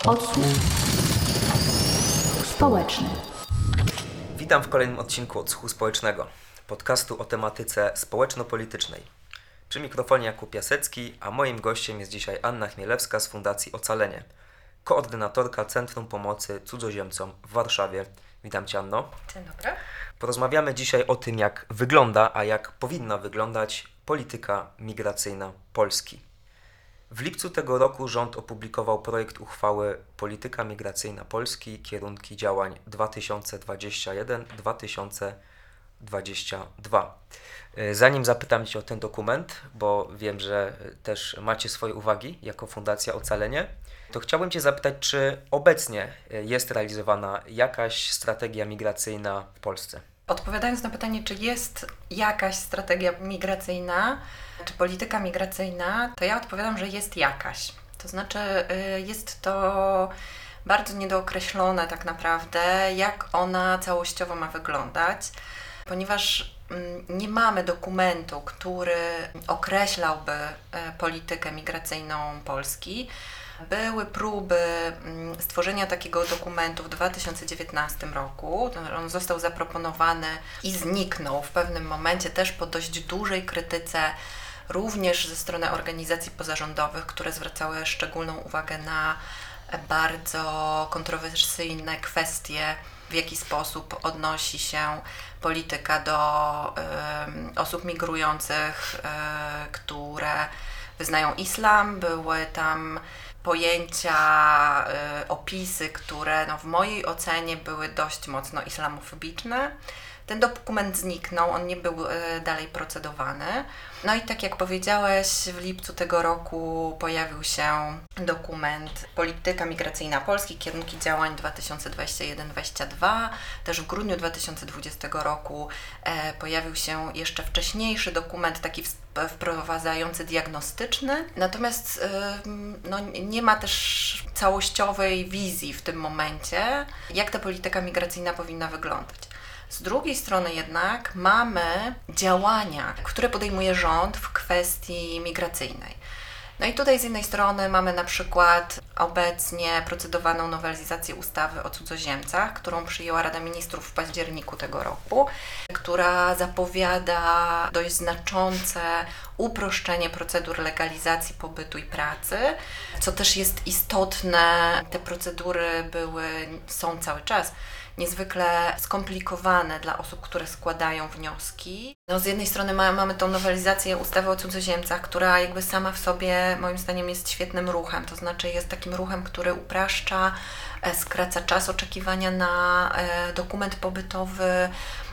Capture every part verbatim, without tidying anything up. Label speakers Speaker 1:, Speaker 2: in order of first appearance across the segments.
Speaker 1: Odsłuch społeczny.
Speaker 2: Witam w kolejnym odcinku Odsłuchu Społecznego, podcastu o tematyce społeczno-politycznej. Przy mikrofonie Jakub Piasecki, a moim gościem jest dzisiaj Anna Chmielewska z Fundacji Ocalenie, koordynatorka Centrum Pomocy Cudzoziemcom w Warszawie. Witam Cię, Anno.
Speaker 3: Dzień dobry.
Speaker 2: Porozmawiamy dzisiaj o tym, jak wygląda, a jak powinna wyglądać polityka migracyjna Polski. W lipcu tego roku rząd opublikował projekt uchwały Polityka migracyjna Polski, kierunki działań dwa tysiące dwudziesty pierwszy do dwa tysiące dwudziestego drugiego. Zanim zapytam Cię o ten dokument, bo wiem, że też macie swoje uwagi jako Fundacja Ocalenie, to chciałbym Cię zapytać, czy obecnie jest realizowana jakaś strategia migracyjna w Polsce?
Speaker 3: Odpowiadając na pytanie, czy jest jakaś strategia migracyjna, czy polityka migracyjna, to ja odpowiadam, że jest jakaś. To znaczy jest to bardzo niedookreślone tak naprawdę, jak ona całościowo ma wyglądać, ponieważ nie mamy dokumentu, który określałby politykę migracyjną Polski. Były próby stworzenia takiego dokumentu w dwa tysiące dziewiętnastym roku. On został zaproponowany i zniknął w pewnym momencie też po dość dużej krytyce, również ze strony organizacji pozarządowych, które zwracały szczególną uwagę na bardzo kontrowersyjne kwestie, w jaki sposób odnosi się polityka do y, osób migrujących, y, które wyznają islam. Były tam pojęcia, y, opisy, które no, w mojej ocenie były dość mocno islamofobiczne. Ten dokument zniknął, on nie był y, dalej procedowany. No i tak jak powiedziałeś, w lipcu tego roku pojawił się dokument Polityka migracyjna Polski, kierunki działań dwa tysiące dwudziesty pierwszy do dwudziestego drugiego. Też w grudniu dwa tysiące dwudziestego roku e, pojawił się jeszcze wcześniejszy dokument, taki wprowadzający diagnostyczny. Natomiast e, no, nie ma też całościowej wizji w tym momencie, jak ta polityka migracyjna powinna wyglądać. Z drugiej strony jednak mamy działania, które podejmuje rząd w kwestii migracyjnej. No i tutaj z jednej strony mamy na przykład obecnie procedowaną nowelizację ustawy o cudzoziemcach, którą przyjęła Rada Ministrów w październiku tego roku, która zapowiada dość znaczące uproszczenie procedur legalizacji pobytu i pracy, co też jest istotne. Te procedury były, są cały czas niezwykle skomplikowane dla osób, które składają wnioski. No, z jednej strony ma, mamy tą nowelizację ustawy o cudzoziemcach, która jakby sama w sobie moim zdaniem jest świetnym ruchem, to znaczy jest takim ruchem, który upraszcza, e, skraca czas oczekiwania na e, dokument pobytowy.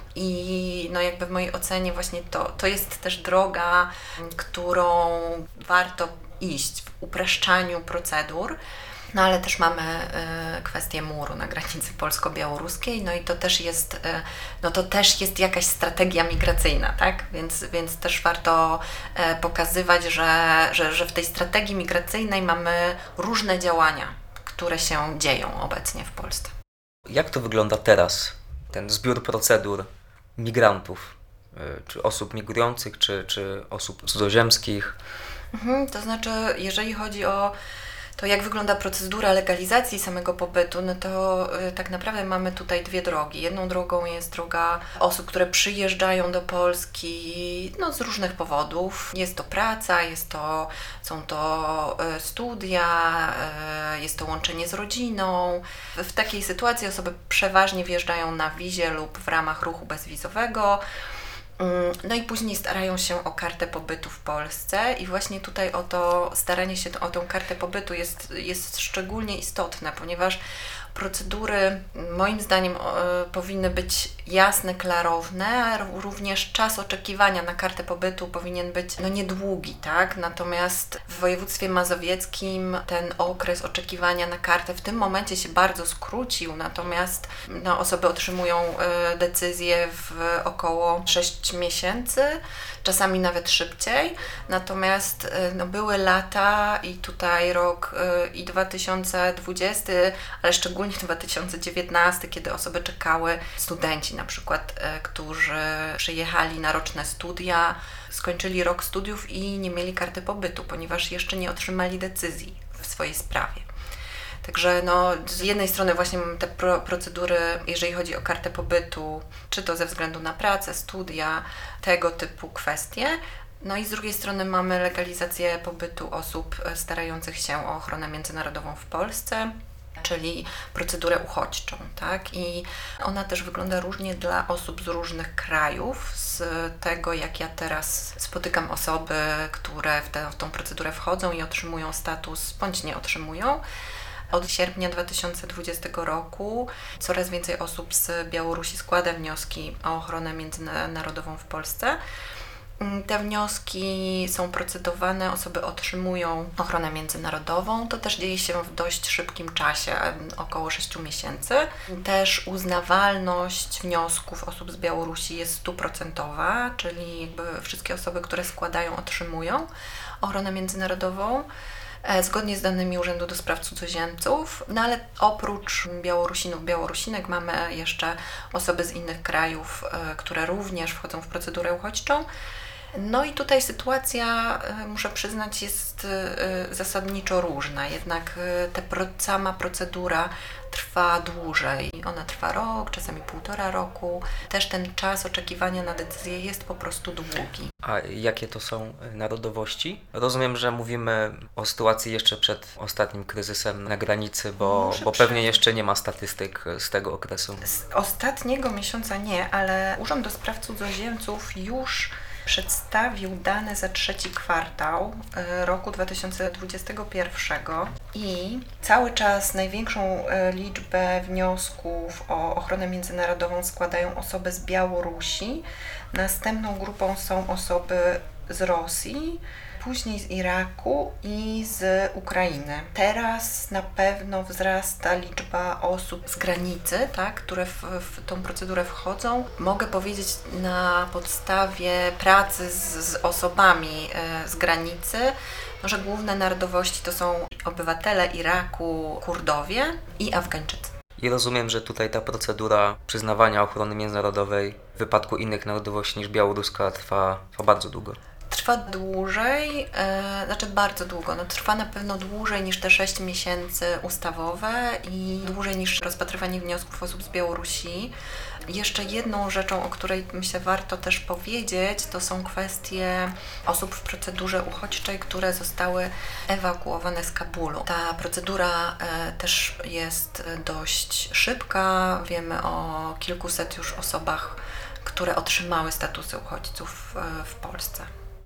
Speaker 3: I no jakby w mojej ocenie właśnie to, to jest też droga, którą warto iść w upraszczaniu procedur. No ale też mamy y, kwestię muru na granicy polsko-białoruskiej, no i to też jest, y, no to też jest jakaś strategia migracyjna, tak? Więc, więc też warto y, pokazywać, że, że, że w tej strategii migracyjnej mamy różne działania, które się dzieją obecnie w Polsce.
Speaker 2: Jak to wygląda teraz, ten zbiór procedur migrantów, y, czy osób migrujących, czy, czy osób cudzoziemskich?
Speaker 3: Mhm, to znaczy, jeżeli chodzi o to, jak wygląda procedura legalizacji samego pobytu, no to y, tak naprawdę mamy tutaj dwie drogi. Jedną drogą jest droga osób, które przyjeżdżają do Polski no, z różnych powodów. Jest to praca, jest to, są to y, studia, y, jest to łączenie z rodziną. W, w takiej sytuacji osoby przeważnie wjeżdżają na wizie lub w ramach ruchu bezwizowego. No i później starają się o kartę pobytu w Polsce i właśnie tutaj o to staranie się o tą kartę pobytu jest, jest szczególnie istotne, ponieważ procedury moim zdaniem e, powinny być jasne, klarowne, a również czas oczekiwania na kartę pobytu powinien być no, niedługi, tak? Natomiast w województwie mazowieckim ten okres oczekiwania na kartę w tym momencie się bardzo skrócił, natomiast no, osoby otrzymują e, decyzję w około sześć miesięcy, czasami nawet szybciej, natomiast e, no, były lata i tutaj rok e, i dwa tysiące dwudziesty, ale szczególnie dwa tysiące dziewiętnasty, kiedy osoby czekały, studenci na przykład, e, którzy przyjechali na roczne studia, skończyli rok studiów i nie mieli karty pobytu, ponieważ jeszcze nie otrzymali decyzji w swojej sprawie. Także no, z jednej strony właśnie mamy te pro, procedury, jeżeli chodzi o kartę pobytu, czy to ze względu na pracę, studia, tego typu kwestie. No i z drugiej strony mamy legalizację pobytu osób starających się o ochronę międzynarodową w Polsce, czyli procedurę uchodźczą, tak? I ona też wygląda różnie dla osób z różnych krajów. Z tego, jak ja teraz spotykam osoby, które w, tę, w tą procedurę wchodzą i otrzymują status, bądź nie otrzymują. Od sierpnia dwa tysiące dwudziestego roku coraz więcej osób z Białorusi składa wnioski o ochronę międzynarodową w Polsce. Te wnioski są procedowane, osoby otrzymują ochronę międzynarodową. To też dzieje się w dość szybkim czasie, około sześciu miesięcy. Też uznawalność wniosków osób z Białorusi jest stuprocentowa, czyli jakby wszystkie osoby, które składają, otrzymują ochronę międzynarodową zgodnie z danymi Urzędu do Spraw Cudzoziemców, no ale oprócz Białorusinów, Białorusinek mamy jeszcze osoby z innych krajów, które również wchodzą w procedurę uchodźczą. No i tutaj sytuacja, muszę przyznać, jest zasadniczo różna, jednak ta pro, sama procedura trwa dłużej. Ona trwa rok, czasami półtora roku. Też ten czas oczekiwania na decyzję jest po prostu długi.
Speaker 2: A jakie to są narodowości? Rozumiem, że mówimy o sytuacji jeszcze przed ostatnim kryzysem na granicy, bo, bo pewnie jeszcze nie ma statystyk z tego okresu.
Speaker 3: Z ostatniego miesiąca nie, ale Urząd do Spraw Cudzoziemców już przedstawił dane za trzeci kwartał roku dwa tysiące dwudziestego pierwszego i cały czas największą liczbę wniosków o ochronę międzynarodową składają osoby z Białorusi. Następną grupą są osoby z Rosji, później z Iraku i z Ukrainy. Teraz na pewno wzrasta liczba osób z granicy, tak, które w, w tą procedurę wchodzą. Mogę powiedzieć na podstawie pracy z, z osobami e, z granicy, no, że główne narodowości to są obywatele Iraku, Kurdowie i Afgańczycy.
Speaker 2: I rozumiem, że tutaj ta procedura przyznawania ochrony międzynarodowej w wypadku innych narodowości niż białoruska trwa, trwa bardzo długo.
Speaker 3: Trwa dłużej, e, znaczy bardzo długo, no, trwa na pewno dłużej niż te sześć miesięcy ustawowe i dłużej niż rozpatrywanie wniosków osób z Białorusi. Jeszcze jedną rzeczą, o której myślę warto też powiedzieć, to są kwestie osób w procedurze uchodźczej, które zostały ewakuowane z Kabulu. Ta procedura e, też jest dość szybka, wiemy o kilkuset już osobach, które otrzymały statusy uchodźców e, w Polsce.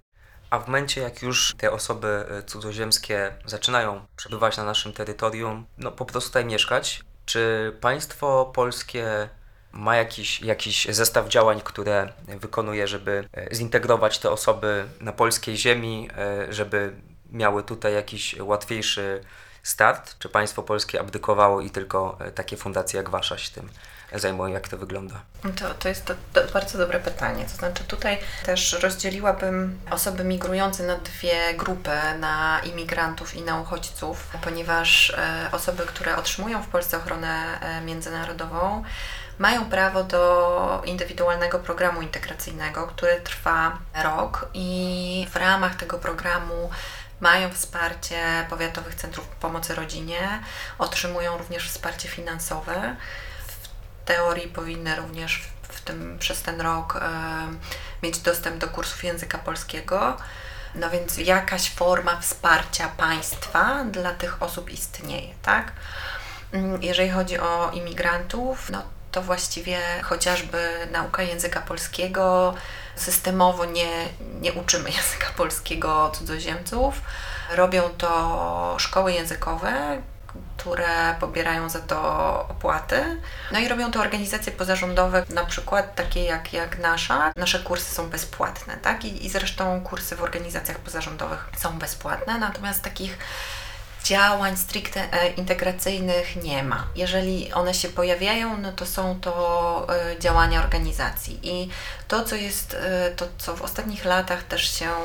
Speaker 2: A w momencie, jak już te osoby cudzoziemskie zaczynają przebywać na naszym terytorium, no po prostu tutaj mieszkać, czy państwo polskie ma jakiś, jakiś zestaw działań, które wykonuje, żeby zintegrować te osoby na polskiej ziemi, żeby miały tutaj jakiś łatwiejszy start? Czy państwo polskie abdykowało i tylko takie fundacje jak wasza się tym zajmują? Jak to wygląda?
Speaker 3: To, to jest to, to bardzo dobre pytanie. To znaczy tutaj też rozdzieliłabym osoby migrujące na dwie grupy, na imigrantów i na uchodźców, ponieważ e, osoby, które otrzymują w Polsce ochronę e, międzynarodową, mają prawo do indywidualnego programu integracyjnego, który trwa rok i w ramach tego programu mają wsparcie powiatowych centrów pomocy rodzinie, otrzymują również wsparcie finansowe. W teorii powinny również w, w tym, przez ten rok e, mieć dostęp do kursów języka polskiego. No więc jakaś forma wsparcia państwa dla tych osób istnieje, tak? Jeżeli chodzi o imigrantów, no to właściwie chociażby nauka języka polskiego, systemowo nie, nie uczymy języka polskiego cudzoziemców. Robią to szkoły językowe, które pobierają za to opłaty. No i robią to organizacje pozarządowe, na przykład takie jak, jak nasza. Nasze kursy są bezpłatne, tak? I, i zresztą kursy w organizacjach pozarządowych są bezpłatne, natomiast takich działań stricte integracyjnych nie ma. Jeżeli one się pojawiają, no to są to działania organizacji. I to, co jest, to co w ostatnich latach też się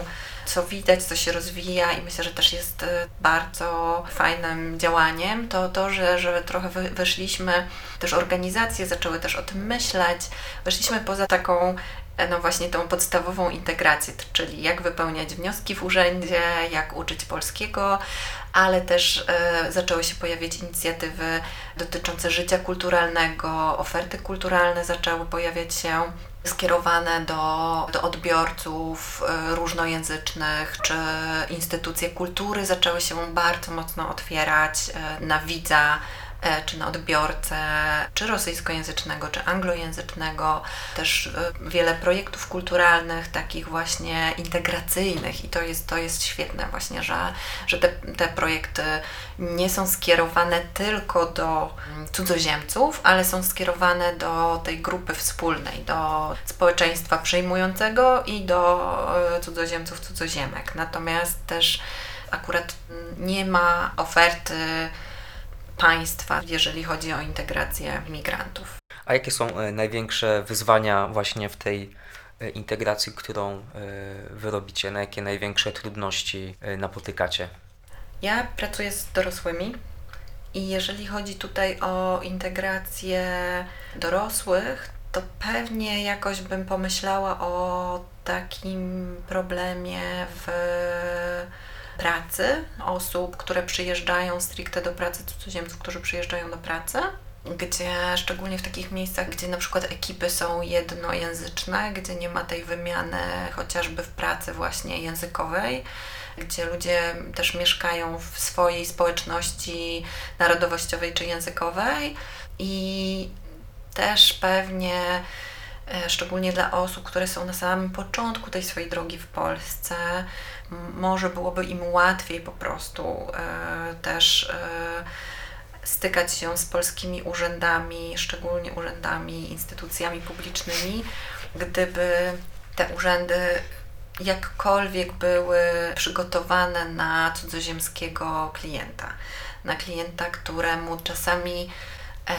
Speaker 3: co widać, co się rozwija i myślę, że też jest bardzo fajnym działaniem, to to, że, że trochę weszliśmy, też organizacje zaczęły też o tym myśleć, weszliśmy poza taką no właśnie tą podstawową integrację, czyli jak wypełniać wnioski w urzędzie, jak uczyć polskiego, ale też e, zaczęły się pojawiać inicjatywy dotyczące życia kulturalnego, oferty kulturalne zaczęły pojawiać się skierowane do, do odbiorców e, różnojęzycznych, czy instytucje kultury zaczęły się bardzo mocno otwierać e, na widza, czy na odbiorcę, czy rosyjskojęzycznego, czy anglojęzycznego. Też wiele projektów kulturalnych, takich właśnie integracyjnych i to jest, to jest świetne właśnie, że, że te, te projekty nie są skierowane tylko do cudzoziemców, ale są skierowane do tej grupy wspólnej, do społeczeństwa przyjmującego i do cudzoziemców, cudzoziemek. Natomiast też akurat nie ma oferty państwa, jeżeli chodzi o integrację imigrantów.
Speaker 2: A jakie są największe wyzwania właśnie w tej integracji, którą wy robicie? Na jakie największe trudności napotykacie?
Speaker 3: Ja pracuję z dorosłymi i jeżeli chodzi tutaj o integrację dorosłych, to pewnie jakoś bym pomyślała o takim problemie w pracy osób, które przyjeżdżają stricte do pracy, cudzoziemców, którzy przyjeżdżają do pracy, gdzie szczególnie w takich miejscach, gdzie na przykład ekipy są jednojęzyczne, gdzie nie ma tej wymiany chociażby w pracy właśnie językowej, gdzie ludzie też mieszkają w swojej społeczności narodowościowej czy językowej i też pewnie szczególnie dla osób, które są na samym początku tej swojej drogi w Polsce, może byłoby im łatwiej po prostu e, też e, stykać się z polskimi urzędami, szczególnie urzędami, instytucjami publicznymi, gdyby te urzędy jakkolwiek były przygotowane na cudzoziemskiego klienta, na klienta, któremu czasami e,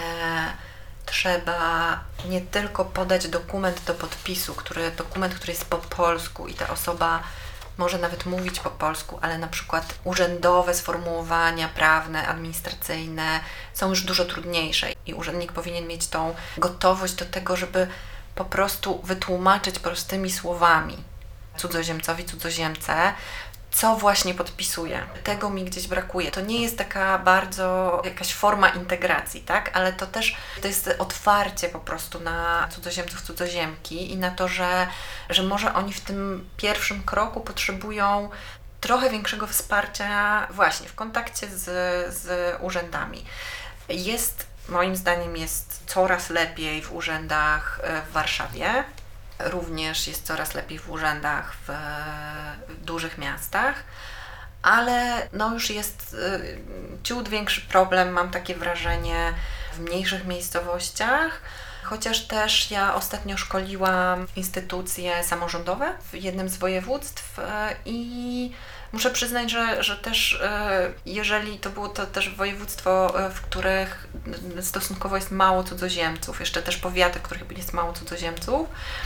Speaker 3: trzeba nie tylko podać dokument do podpisu, który, dokument, który jest po polsku i ta osoba może nawet mówić po polsku, ale na przykład urzędowe sformułowania prawne, administracyjne są już dużo trudniejsze i urzędnik powinien mieć tą gotowość do tego, żeby po prostu wytłumaczyć prostymi słowami cudzoziemcowi, cudzoziemce, co właśnie podpisuje. Tego mi gdzieś brakuje. To nie jest taka bardzo jakaś forma integracji, tak? Ale to też to jest otwarcie po prostu na cudzoziemców, cudzoziemki i na to, że, że może oni w tym pierwszym kroku potrzebują trochę większego wsparcia właśnie w kontakcie z, z urzędami. Jest, moim zdaniem, jest coraz lepiej w urzędach w Warszawie. Również jest coraz lepiej w urzędach w, w dużych miastach, ale no już jest y, ciut większy problem, mam takie wrażenie, w mniejszych miejscowościach, chociaż też ja ostatnio szkoliłam instytucje samorządowe w jednym z województw y, i muszę przyznać, że, że też y, jeżeli to było to też województwo, y, w których stosunkowo jest mało cudzoziemców, jeszcze też powiaty, w których jest mało cudzoziemców,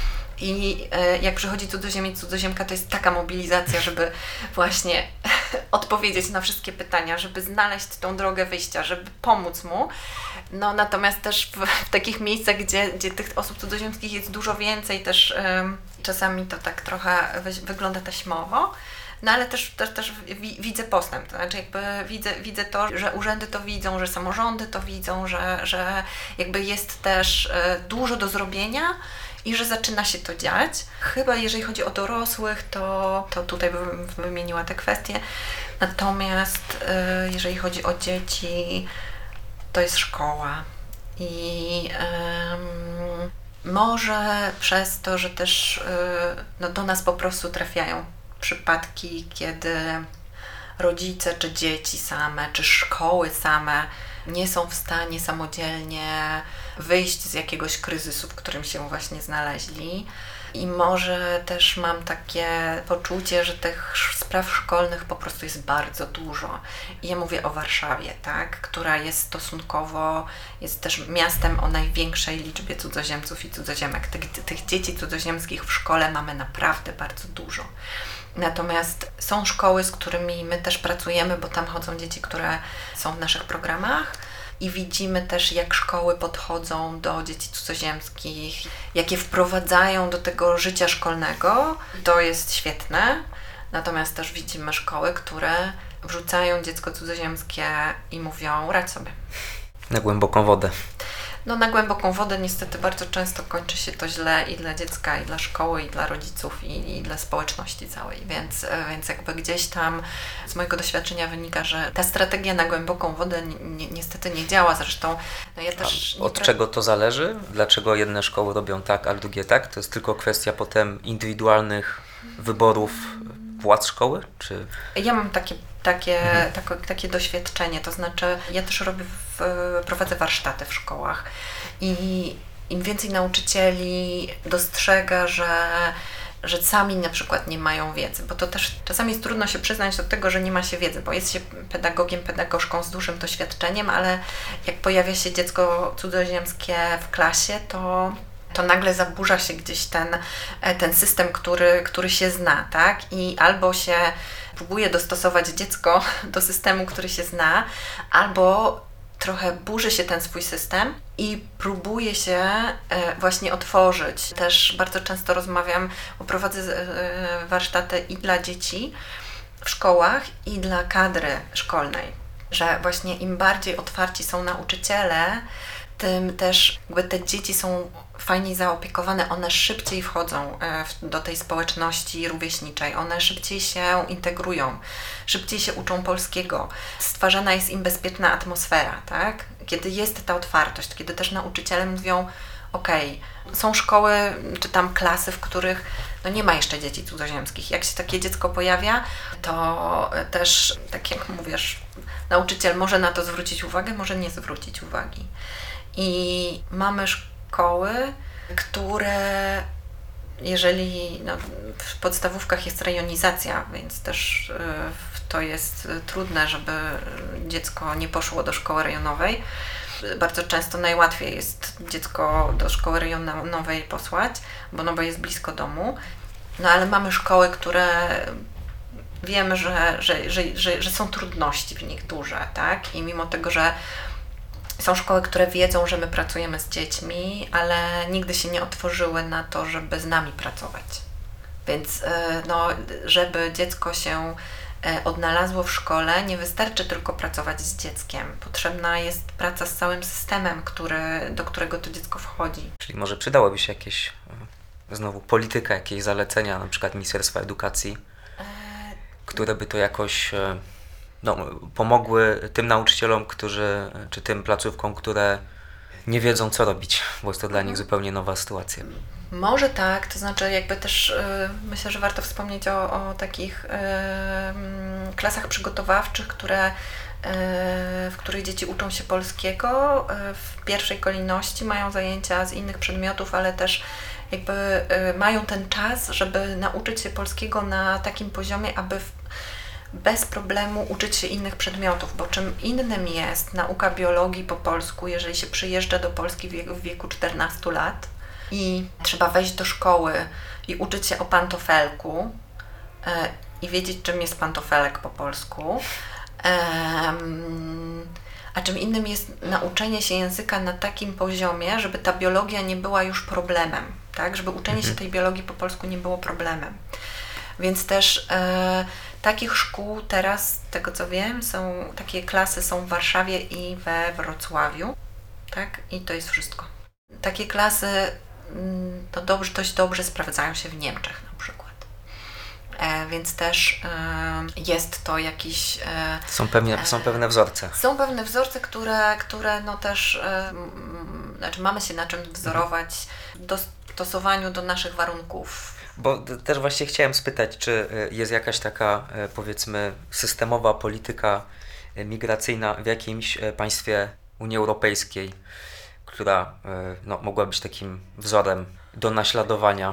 Speaker 3: i e, jak przychodzi cudzoziemiec, cudzoziemka, to jest taka mobilizacja, żeby właśnie odpowiedzieć na wszystkie pytania, żeby znaleźć tą drogę wyjścia, żeby pomóc mu. No natomiast też w, w takich miejscach, gdzie, gdzie tych osób cudzoziemskich jest dużo więcej, też e, czasami to tak trochę wy, wygląda taśmowo. No ale też, też, też wi, widzę postęp, to znaczy jakby widzę, widzę to, że urzędy to widzą, że samorządy to widzą, że, że jakby jest też e, dużo do zrobienia i że zaczyna się to dziać. Chyba jeżeli chodzi o dorosłych, to, to tutaj bym wymieniła te kwestie. Natomiast y, jeżeli chodzi o dzieci, to jest szkoła. I y, może przez to, że też y, no, do nas po prostu trafiają przypadki, kiedy rodzice czy dzieci same, czy szkoły same nie są w stanie samodzielnie wyjść z jakiegoś kryzysu, w którym się właśnie znaleźli. I może też mam takie poczucie, że tych spraw szkolnych po prostu jest bardzo dużo. I ja mówię o Warszawie, tak, która jest stosunkowo, jest też miastem o największej liczbie cudzoziemców i cudzoziemek. Tych, tych dzieci cudzoziemskich w szkole mamy naprawdę bardzo dużo. Natomiast są szkoły, z którymi my też pracujemy, bo tam chodzą dzieci, które są w naszych programach. I widzimy też, jak szkoły podchodzą do dzieci cudzoziemskich, jak je wprowadzają do tego życia szkolnego. To jest świetne. Natomiast też widzimy szkoły, które wrzucają dziecko cudzoziemskie i mówią: radź sobie.
Speaker 2: Na głęboką wodę.
Speaker 3: No na głęboką wodę niestety bardzo często kończy się to źle i dla dziecka, i dla szkoły, i dla rodziców, i, i dla społeczności całej, więc, więc jakby gdzieś tam z mojego doświadczenia wynika, że ta strategia na głęboką wodę ni, ni, niestety nie działa. Zresztą no ja też...
Speaker 2: A od
Speaker 3: pra...
Speaker 2: czego to zależy? Dlaczego jedne szkoły robią tak, a drugie tak? To jest tylko kwestia potem indywidualnych wyborów władz szkoły? Czy...
Speaker 3: Ja mam takie Takie,
Speaker 2: mhm.
Speaker 3: tako, takie doświadczenie, to znaczy ja też robię, w, prowadzę warsztaty w szkołach i im więcej nauczycieli dostrzega, że, że sami na przykład nie mają wiedzy, bo to też czasami jest trudno się przyznać do tego, że nie ma się wiedzy, bo jest się pedagogiem, pedagogzką z dużym doświadczeniem, ale jak pojawia się dziecko cudzoziemskie w klasie, to to nagle zaburza się gdzieś ten, ten system, który, który się zna, tak? I albo się próbuje dostosować dziecko do systemu, który się zna, albo trochę burzy się ten swój system i próbuje się właśnie otworzyć. Też bardzo często rozmawiam, bo prowadzę warsztaty i dla dzieci w szkołach, i dla kadry szkolnej, że właśnie im bardziej otwarci są nauczyciele, tym też jakby te dzieci są fajniej zaopiekowane, one szybciej wchodzą do tej społeczności rówieśniczej, one szybciej się integrują, szybciej się uczą polskiego, stwarzana jest im bezpieczna atmosfera, tak? Kiedy jest ta otwartość, kiedy też nauczyciele mówią: okej, są szkoły czy tam klasy, w których no nie ma jeszcze dzieci cudzoziemskich. Jak się takie dziecko pojawia, to też, tak jak mówisz, nauczyciel może na to zwrócić uwagę, może nie zwrócić uwagi. I mamy szkoły, które, jeżeli no, w podstawówkach jest rejonizacja, więc też y, to jest trudne, żeby dziecko nie poszło do szkoły rejonowej. Bardzo często najłatwiej jest dziecko do szkoły rejonowej posłać, bo, no, bo jest blisko domu. No ale mamy szkoły, które wiemy, że, że, że, że, że są trudności w nich duże, tak? I mimo tego, że są szkoły, które wiedzą, że my pracujemy z dziećmi, ale nigdy się nie otworzyły na to, żeby z nami pracować. Więc no, żeby dziecko się odnalazło w szkole, nie wystarczy tylko pracować z dzieckiem. Potrzebna jest praca z całym systemem, który, do którego to dziecko wchodzi.
Speaker 2: Czyli może przydałoby się jakieś, znowu, polityka, jakieś zalecenia, na przykład Ministerstwa Edukacji, które by to jakoś no, pomogły tym nauczycielom, którzy, czy tym placówkom, które nie wiedzą, co robić, bo jest to dla nich zupełnie nowa sytuacja.
Speaker 3: Może tak, to znaczy jakby też y, myślę, że warto wspomnieć o, o takich y, klasach przygotowawczych, które, y, w których dzieci uczą się polskiego. Y, w pierwszej kolejności mają zajęcia z innych przedmiotów, ale też jakby y, mają ten czas, żeby nauczyć się polskiego na takim poziomie, aby w, bez problemu uczyć się innych przedmiotów, bo czym innym jest nauka biologii po polsku, jeżeli się przyjeżdża do Polski w wieku, w wieku czternastu lat i trzeba wejść do szkoły i uczyć się o pantofelku yy, i wiedzieć, czym jest pantofelek po polsku, yy, a czym innym jest nauczenie się języka na takim poziomie, żeby ta biologia nie była już problemem, tak? Żeby uczenie się tej biologii po polsku nie było problemem. Więc też e, takich szkół teraz, z tego co wiem, są takie klasy są w Warszawie i we Wrocławiu, tak? I to jest wszystko. Takie klasy mm, to dobrze, dość dobrze sprawdzają się w Niemczech na przykład. E, więc też e, jest to jakiś... E,
Speaker 2: są, pewnie, są pewne wzorce.
Speaker 3: Są pewne wzorce, które, które no też, e, m, znaczy mamy się na czym wzorować w dostosowaniu do naszych warunków.
Speaker 2: Bo też właśnie chciałem spytać, czy jest jakaś taka, powiedzmy, systemowa polityka migracyjna w jakimś państwie Unii Europejskiej, która no, mogła być takim wzorem do naśladowania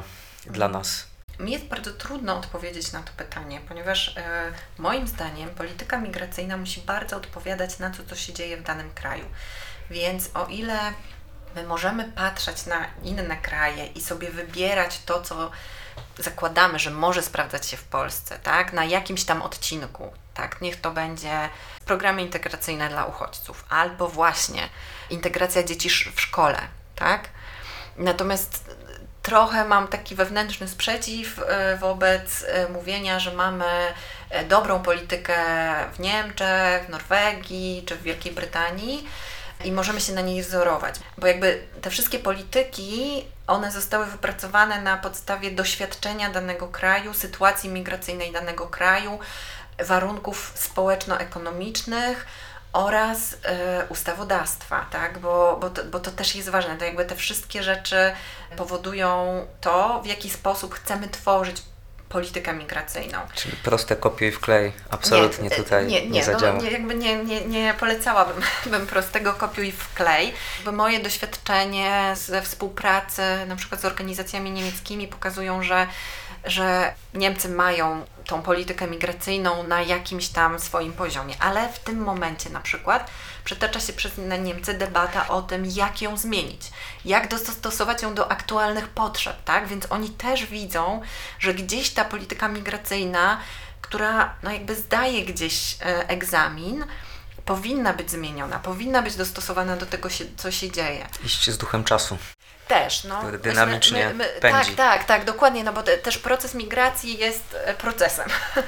Speaker 2: dla nas?
Speaker 3: Mi jest bardzo trudno odpowiedzieć na to pytanie, ponieważ y, moim zdaniem polityka migracyjna musi bardzo odpowiadać na to, co się dzieje w danym kraju. Więc o ile my możemy patrzeć na inne kraje i sobie wybierać to, co zakładamy, że może sprawdzać się w Polsce, tak, na jakimś tam odcinku, tak, niech to będzie programy integracyjne dla uchodźców, albo właśnie integracja dzieci w szkole, tak. Natomiast trochę mam taki wewnętrzny sprzeciw wobec mówienia, że mamy dobrą politykę w Niemczech, w Norwegii czy w Wielkiej Brytanii i możemy się na niej wzorować. Bo jakby te wszystkie polityki, one zostały wypracowane na podstawie doświadczenia danego kraju, sytuacji migracyjnej danego kraju, warunków społeczno-ekonomicznych oraz y, ustawodawstwa, tak? Bo, bo, to, bo to też jest ważne. To jakby te wszystkie rzeczy powodują to, w jaki sposób chcemy tworzyć politykę migracyjną.
Speaker 2: Czyli proste kopiuj wklej absolutnie
Speaker 3: nie,
Speaker 2: nie, tutaj
Speaker 3: nie,
Speaker 2: nie,
Speaker 3: nie
Speaker 2: zadziała.
Speaker 3: No, nie, jakby nie, nie, nie polecałabym bym prostego kopiuj wklej, bo moje doświadczenie ze współpracy na przykład z organizacjami niemieckimi pokazują, że że Niemcy mają tą politykę migracyjną na jakimś tam swoim poziomie, ale w tym momencie na przykład przetacza się przez Niemcy debata o tym, jak ją zmienić, jak dostosować ją do aktualnych potrzeb, tak? Więc oni też widzą, że gdzieś ta polityka migracyjna, która no jakby zdaje gdzieś e, egzamin, powinna być zmieniona, powinna być dostosowana do tego, się, co się dzieje.
Speaker 2: Iść z duchem czasu.
Speaker 3: Też, no.
Speaker 2: Który dynamicznie
Speaker 3: my, my,
Speaker 2: pędzi.
Speaker 3: Tak, tak, tak, dokładnie, no bo te, też proces migracji jest procesem.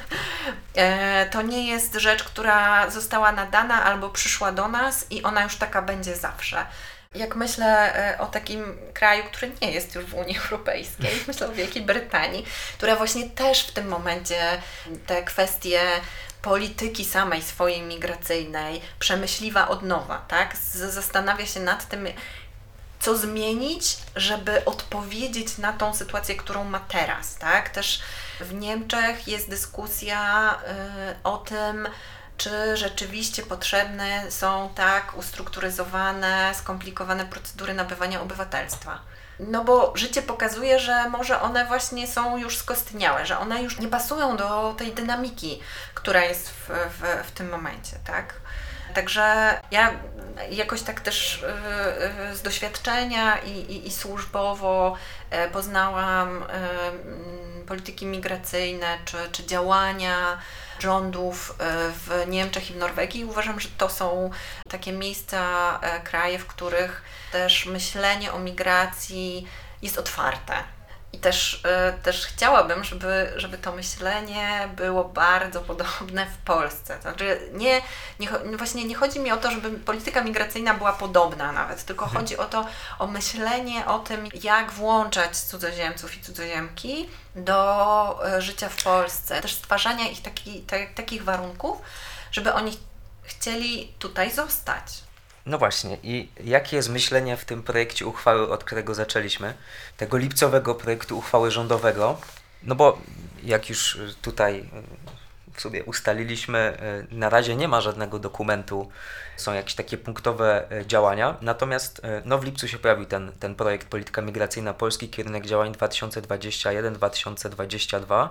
Speaker 3: e, to nie jest rzecz, która została nadana albo przyszła do nas i ona już taka będzie zawsze. Jak myślę e, o takim kraju, który nie jest już w Unii Europejskiej, myślę o Wielkiej Brytanii, która właśnie też w tym momencie te kwestie polityki samej swojej migracyjnej przemyśliwa od nowa, tak? Z, zastanawia się nad tym, co zmienić, żeby odpowiedzieć na tą sytuację, którą ma teraz, tak? Też w Niemczech jest dyskusja y, o tym, czy rzeczywiście potrzebne są tak ustrukturyzowane, skomplikowane procedury nabywania obywatelstwa. No bo życie pokazuje, że może one właśnie są już skostniałe, że one już nie pasują do tej dynamiki, która jest w, w, w tym momencie, tak? Także ja jakoś tak też z doświadczenia i, i, i służbowo poznałam polityki migracyjne czy, czy działania rządów w Niemczech i w Norwegii i uważam, że to są takie miejsca, kraje, w których też myślenie o migracji jest otwarte. I też, też chciałabym, żeby, żeby to myślenie było bardzo podobne w Polsce. Znaczy nie, nie, właśnie nie chodzi mi o to, żeby polityka migracyjna była podobna nawet, tylko mhm. chodzi o to, o myślenie o tym, jak włączać cudzoziemców i cudzoziemki do życia w Polsce. Też stwarzania ich taki, te, takich warunków, żeby oni chcieli tutaj zostać.
Speaker 2: No właśnie, i jakie jest myślenie w tym projekcie uchwały, od którego zaczęliśmy, tego lipcowego projektu uchwały rządowego? No bo jak już tutaj sobie ustaliliśmy, na razie nie ma żadnego dokumentu, są jakieś takie punktowe działania, natomiast no w lipcu się pojawił ten, ten projekt Polityka Migracyjna Polski, kierunek działań dwa tysiące dwudziesty pierwszy do dwa tysiące dwudziestego drugiego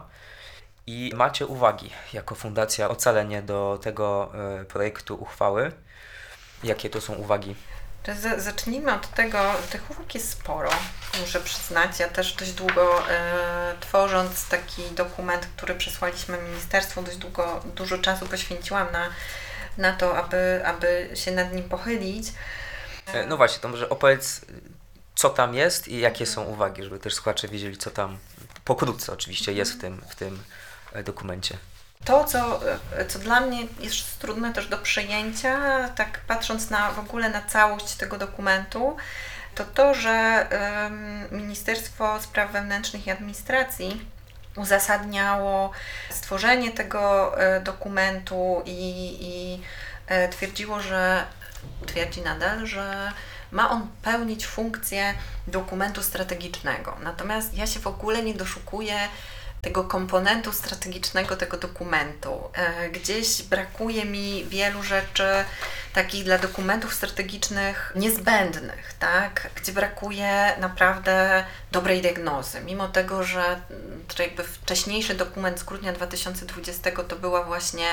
Speaker 2: i macie uwagi jako Fundacja Ocalenie do tego projektu uchwały. Jakie to są uwagi?
Speaker 3: Zacznijmy od tego, tych uwag jest sporo, muszę przyznać. Ja też dość długo, e, tworząc taki dokument, który przesłaliśmy ministerstwu, dość długo, dużo czasu poświęciłam na, na to, aby, aby się nad nim pochylić.
Speaker 2: E, no właśnie, to może opowiedz, co tam jest i jakie są uwagi, żeby też słuchacze wiedzieli, co tam pokrótce oczywiście jest w tym, w tym dokumencie.
Speaker 3: To, co, co dla mnie jest trudne też do przyjęcia, tak patrząc na w ogóle na całość tego dokumentu, to to, że y, Ministerstwo Spraw Wewnętrznych i Administracji uzasadniało stworzenie tego y, dokumentu i, i y, twierdziło, że twierdzi nadal, że ma on pełnić funkcję dokumentu strategicznego. Natomiast ja się w ogóle nie doszukuję tego komponentu strategicznego tego dokumentu. Gdzieś brakuje mi wielu rzeczy takich dla dokumentów strategicznych niezbędnych, tak? Gdzie brakuje naprawdę dobrej diagnozy. Mimo tego, że to jakby wcześniejszy dokument z grudnia dwa tysiące dwudziestego to była właśnie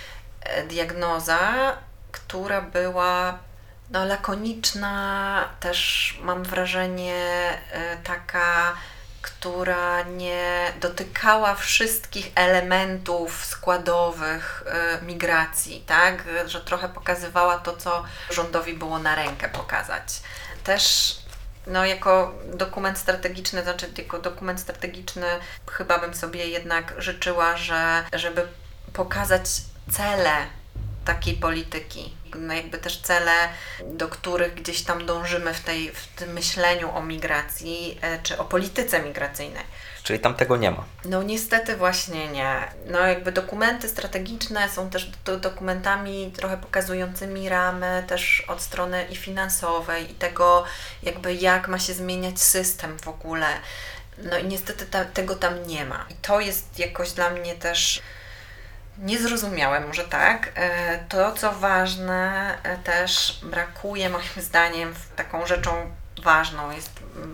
Speaker 3: diagnoza, która była no, lakoniczna, też mam wrażenie taka, która nie dotykała wszystkich elementów składowych y, migracji, tak? Że trochę pokazywała to, co rządowi było na rękę pokazać. Też no, jako dokument strategiczny, znaczy jako dokument strategiczny chyba bym sobie jednak życzyła, że, żeby pokazać cele takiej polityki, no jakby też cele, do których gdzieś tam dążymy w, tej, w tym myśleniu o migracji, czy o polityce migracyjnej.
Speaker 2: Czyli tam tego nie ma?
Speaker 3: No niestety właśnie nie. No jakby dokumenty strategiczne są też do, dokumentami trochę pokazującymi ramy też od strony i finansowej i tego jakby jak ma się zmieniać system w ogóle. No i niestety ta, tego tam nie ma. I to jest jakoś dla mnie też niezrozumiałe, może tak. To, co ważne, też brakuje moim zdaniem, taką rzeczą ważną jest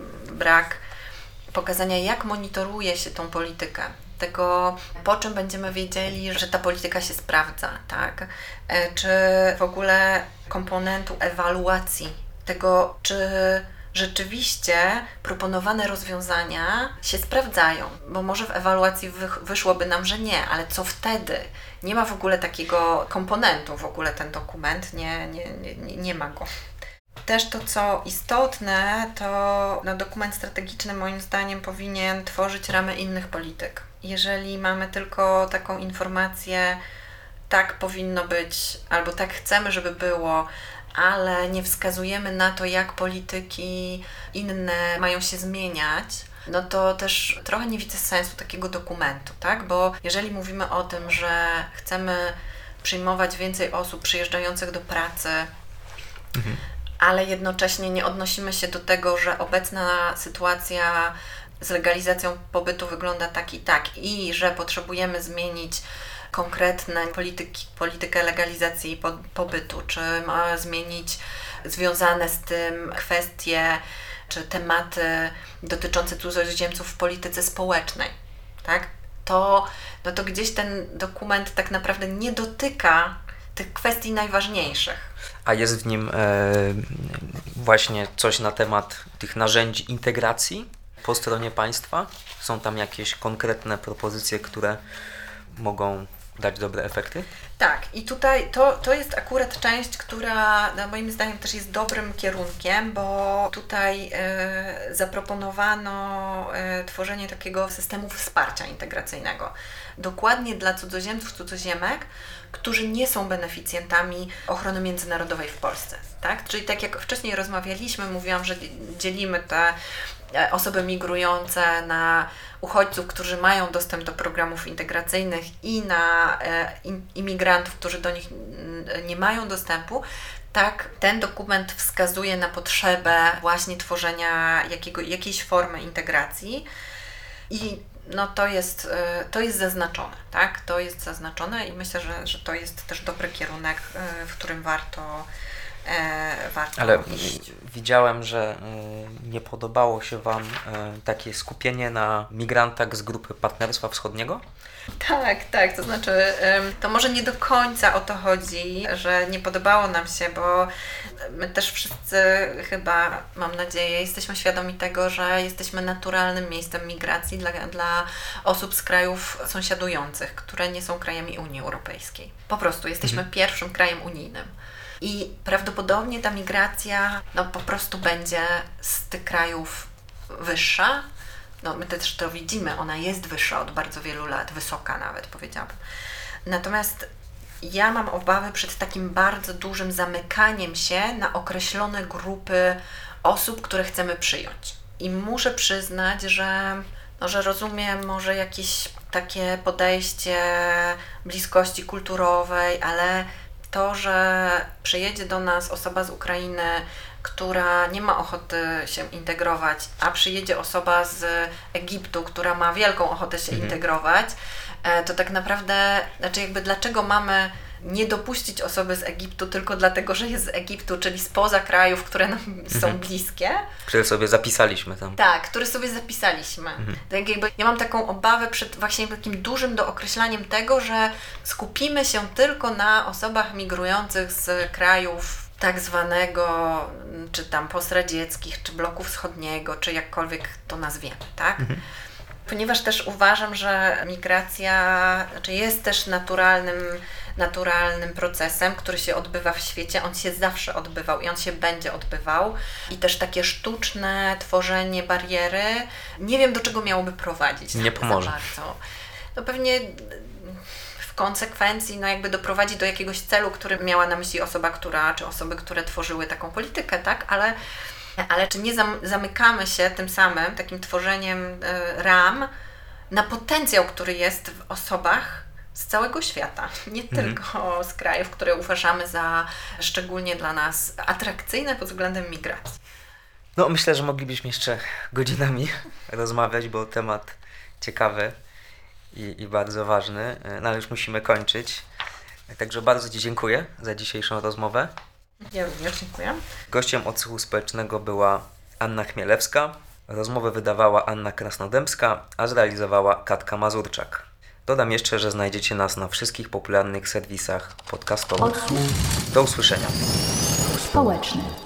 Speaker 3: brak pokazania, jak monitoruje się tą politykę. Tego, po czym będziemy wiedzieli, że ta polityka się sprawdza, tak? Czy w ogóle komponentu ewaluacji tego, czy rzeczywiście proponowane rozwiązania się sprawdzają, bo może w ewaluacji wy, wyszłoby nam, że nie, ale co wtedy? Nie ma w ogóle takiego komponentu, w ogóle ten dokument, nie, nie, nie, nie ma go. Też to, co istotne, to no, dokument strategiczny moim zdaniem powinien tworzyć ramy innych polityk. Jeżeli mamy tylko taką informację, tak powinno być, albo tak chcemy, żeby było, ale nie wskazujemy na to, jak polityki inne mają się zmieniać, no to też trochę nie widzę sensu takiego dokumentu, tak? Bo jeżeli mówimy o tym, że chcemy przyjmować więcej osób przyjeżdżających do pracy, mhm. ale jednocześnie nie odnosimy się do tego, że obecna sytuacja z legalizacją pobytu wygląda tak i tak i że potrzebujemy zmienić konkretne polityki, politykę legalizacji po, pobytu, czy ma zmienić związane z tym kwestie, czy tematy dotyczące cudzoziemców w polityce społecznej, tak? To, no to gdzieś ten dokument tak naprawdę nie dotyka tych kwestii najważniejszych.
Speaker 2: A jest w nim e, właśnie coś na temat tych narzędzi integracji po stronie państwa? Są tam jakieś konkretne propozycje, które mogą dać dobre efekty?
Speaker 3: Tak, i tutaj to, to jest akurat część, która no, moim zdaniem też jest dobrym kierunkiem, bo tutaj e, zaproponowano e, tworzenie takiego systemu wsparcia integracyjnego. Dokładnie dla cudzoziemców, cudzoziemek, którzy nie są beneficjentami ochrony międzynarodowej w Polsce. Tak? Czyli tak jak wcześniej rozmawialiśmy, mówiłam, że dzielimy te osoby migrujące na uchodźców, którzy mają dostęp do programów integracyjnych i na e, imigrantów, którzy do nich nie mają dostępu. Tak, ten dokument wskazuje na potrzebę właśnie tworzenia jakiego, jakiejś formy integracji i no to jest, to jest zaznaczone, tak? To jest zaznaczone i myślę, że, że to jest też dobry kierunek, w którym warto, e, warto
Speaker 2: Ale
Speaker 3: iść.
Speaker 2: Widziałem, że nie podobało się Wam takie skupienie na migrantach z grupy Partnerstwa Wschodniego?
Speaker 3: Tak, tak, to znaczy to może nie do końca o to chodzi, że nie podobało nam się, bo my też wszyscy chyba, mam nadzieję, jesteśmy świadomi tego, że jesteśmy naturalnym miejscem migracji dla, dla osób z krajów sąsiadujących, które nie są krajami Unii Europejskiej. Po prostu jesteśmy mhm. pierwszym krajem unijnym. I prawdopodobnie ta migracja no, po prostu będzie z tych krajów wyższa. No, my też to widzimy, ona jest wyższa od bardzo wielu lat, wysoka nawet powiedziałabym. Natomiast ja mam obawy przed takim bardzo dużym zamykaniem się na określone grupy osób, które chcemy przyjąć. I muszę przyznać, że, no, że rozumiem może jakieś takie podejście bliskości kulturowej, ale to, że przyjedzie do nas osoba z Ukrainy, która nie ma ochoty się integrować, a przyjedzie osoba z Egiptu, która ma wielką ochotę się
Speaker 2: Mhm.
Speaker 3: integrować, to tak naprawdę, znaczy jakby dlaczego mamy nie dopuścić osoby z Egiptu tylko dlatego, że jest z Egiptu, czyli spoza krajów, które nam są
Speaker 2: Mhm.
Speaker 3: bliskie.
Speaker 2: Które sobie zapisaliśmy tam.
Speaker 3: Tak, które sobie zapisaliśmy.
Speaker 2: Mhm.
Speaker 3: Tak jakby ja mam taką obawę przed właśnie takim dużym dookreślaniem tego, że skupimy się tylko na osobach migrujących z krajów tak zwanego, czy tam postradzieckich, czy bloku wschodniego, czy jakkolwiek to nazwiemy, tak?
Speaker 2: Mhm.
Speaker 3: Ponieważ też uważam, że migracja znaczy jest też naturalnym, naturalnym procesem, który się odbywa w świecie. On się zawsze odbywał i on się będzie odbywał. I też takie sztuczne tworzenie bariery, nie wiem do czego miałoby prowadzić.
Speaker 2: Nie
Speaker 3: tak
Speaker 2: pomoże.
Speaker 3: za bardzo. No pewnie w konsekwencji no jakby doprowadzi do jakiegoś celu, który miała na myśli osoba, która, czy osoby, które tworzyły taką politykę, tak? Ale Ale czy nie zam- zamykamy się tym samym, takim tworzeniem y, ram na potencjał, który jest w osobach z całego świata, nie
Speaker 2: Mhm.
Speaker 3: tylko z krajów, które uważamy za szczególnie dla nas atrakcyjne pod względem migracji.
Speaker 2: No myślę, że moglibyśmy jeszcze godzinami rozmawiać, bo temat ciekawy i, i bardzo ważny, no ale już musimy kończyć. Także bardzo Ci dziękuję za dzisiejszą rozmowę.
Speaker 3: Ja również dziękuję.
Speaker 2: Gościem Odsłuchu Społecznego była Anna Chmielewska. Rozmowę wydawała Anna Krasnodębska, a zrealizowała Katka Mazurczak. Dodam jeszcze, że znajdziecie nas na wszystkich popularnych serwisach podcastowych.
Speaker 1: Odsłuch
Speaker 2: Do usłyszenia.
Speaker 1: społeczny.